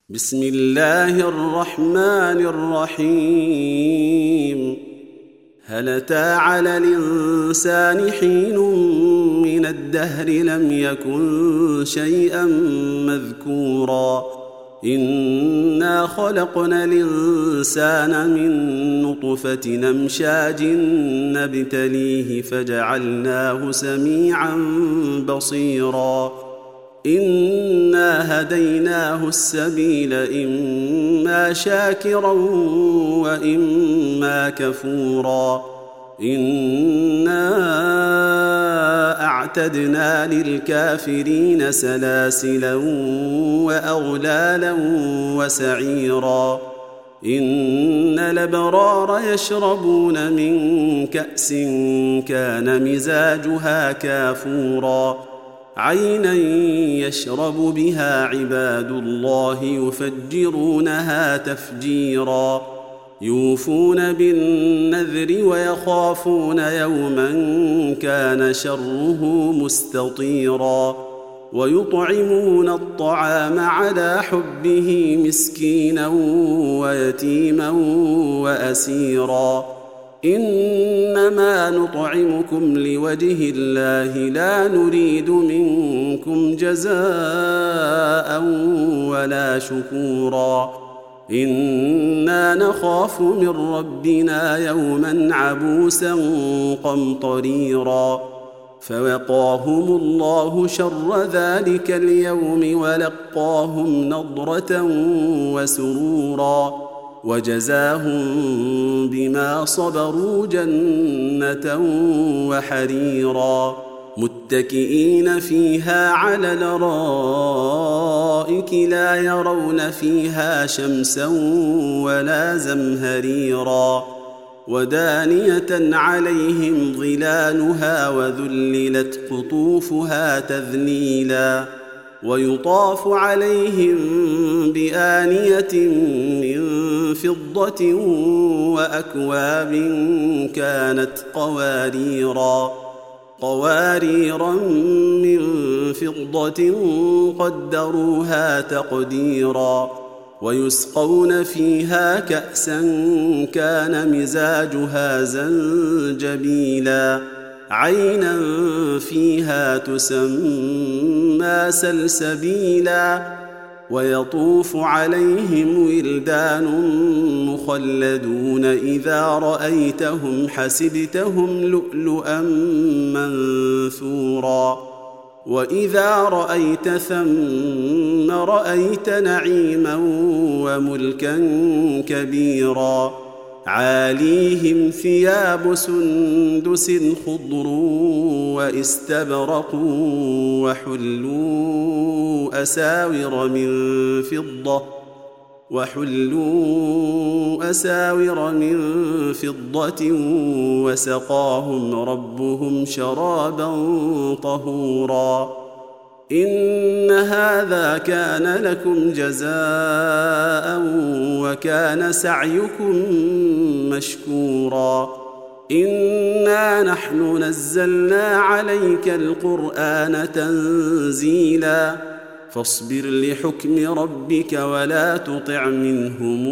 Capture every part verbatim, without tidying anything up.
بسم الله الرحمن الرحيم. هل أتى على الإنسان حين من الدهر لم يكن شيئا مذكورا إنا خلقنا الإنسان من نطفة أمشاج نبتليه فجعلناه سميعا بصيرا إنا هديناه السبيل إما شاكرا وإما كفورا إنا أعتدنا للكافرين سلاسلا وأغلالا وسعيرا إن الأبرار يشربون من كأس كان مزاجها كافورا عينا يشرب بها عباد الله يفجرونها تفجيرا يوفون بالنذر ويخافون يوما كان شره مستطيرا ويطعمون الطعام على حبه مسكينا ويتيما وأسيرا إنما نطعمكم لوجه الله لا نريد منكم جزاء ولا شكورا إنا نخاف من ربنا يوما عبوسا قمطريرا فوقاهم الله شر ذلك اليوم ولقاهم نضرة وسرورا وجزاهم بما صبروا جنة وحريرا متكئين فيها على الأرائك لا يرون فيها شمسا ولا زمهريرا ودانية عليهم ظلالها وذللت قطوفها تذليلا ويطاف عليهم بآنية من فضة وأكواب كانت قواريرا قواريرا من فضة قدروها تقديرا ويسقون فيها كأسا كان مزاجها زنجبيلا عينا فيها تسمى سلسبيلا ويطوف عليهم ولدان مخلدون إذا رأيتهم حسبتهم لؤلؤا منثورا وإذا رأيت ثم رأيت نعيما وملكا كبيرا عاليهم ثياب سندس خضر واستبرق وحلوا أساور من فضة وحلوا أساور من فضة وسقاهم ربهم شرابا طهورا إن هذا كان لكم جزاء وكان سعيكم مشكورا إنا نحن نزلنا عليك القرآن تنزيلا فاصبر لحكم ربك ولا تطع منهم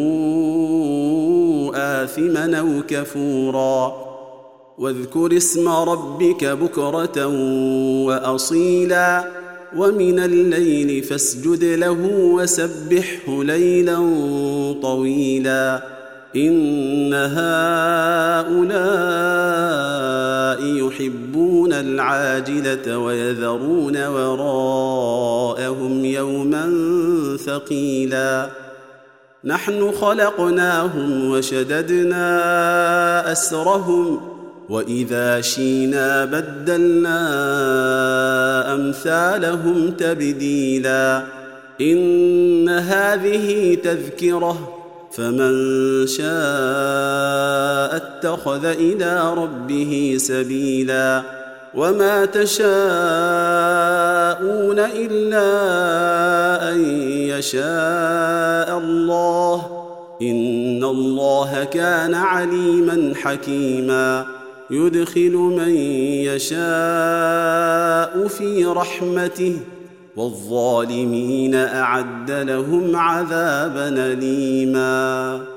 آثما أو كفورا واذكر اسم ربك بكرة وأصيلا ومن الليل فاسجد له وسبحه ليلا طويلا إن هؤلاء يحبون العاجلة ويذرون وراءهم يوما ثقيلا نحن خلقناهم وشددنا أسرهم وإذا شينا بدلنا أمثالهم تبديلا إن هذه تذكرة فمن شاء اتخذ إلى ربه سبيلا وما تشاءون إلا أن يشاء الله إن الله كان عليما حكيما يدخل من يشاء في رحمته والظالمين اعد لهم عذابا اليما.